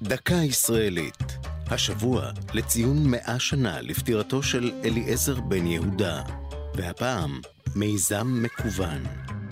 דקה ישראלית. השבוע לציון 100 שנה לפטירתו של אליעזר בן יהודה. והפעם מיזם מקוון.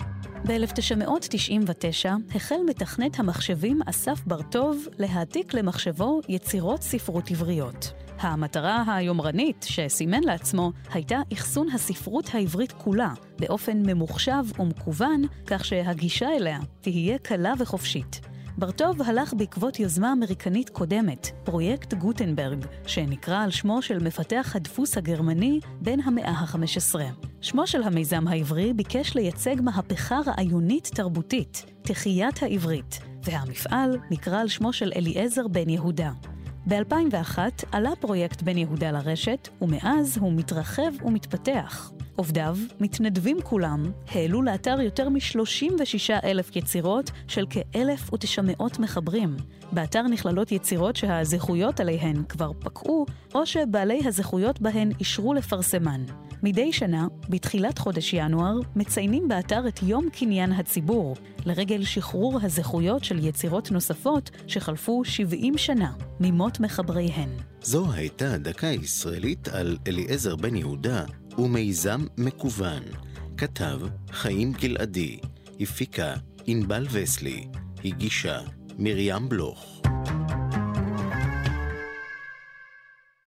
ב-1999 החל מתכנת המחשבים אסף בר-טוב להעתיק למחשבו יצירות ספרות עבריות. המטרה היומרנית שסימן לעצמו הייתה אחסון הספרות העברית כולה באופן ממוחשב ומקוון, כך שהגישה אליה תהיה קלה וחופשית. בר-טוב הלך בעקבות יוזמה אמריקנית קודמת, פרויקט גוטנברג, שנקרא על שמו של מפתח הדפוס הגרמני בן המאה ה-15. שמו של המיזם העברי ביקש לייצג מהפכה רעיונית תרבותית, תחיית העברית, והמפעל נקרא על שמו של אליעזר בן יהודה. ב-2001 עלה פרויקט בן יהודה לרשת, ומאז הוא מתרחב ומתפתח. עובדיו, מתנדבים כולם, העלו לאתר יותר מ-36,000 יצירות של כ-1,900 מחברים. באתר נכללות יצירות שהזכויות עליהן כבר פקעו, או שבעלי הזכויות בהן אישרו לפרסמן. מדי שנה, בתחילת חודש ינואר, מציינים באתר את יום קניין הציבור, לרגל שחרור הזכויות של יצירות נוספות שחלפו 70 שנה ממות מחבריהן. זו הייתה דקה ישראלית על אליעזר בן יהודה ומיזם מקוון. כתב חיים גלעדי, הפיקה ענבל וסלי, הגישה מרים בלוך.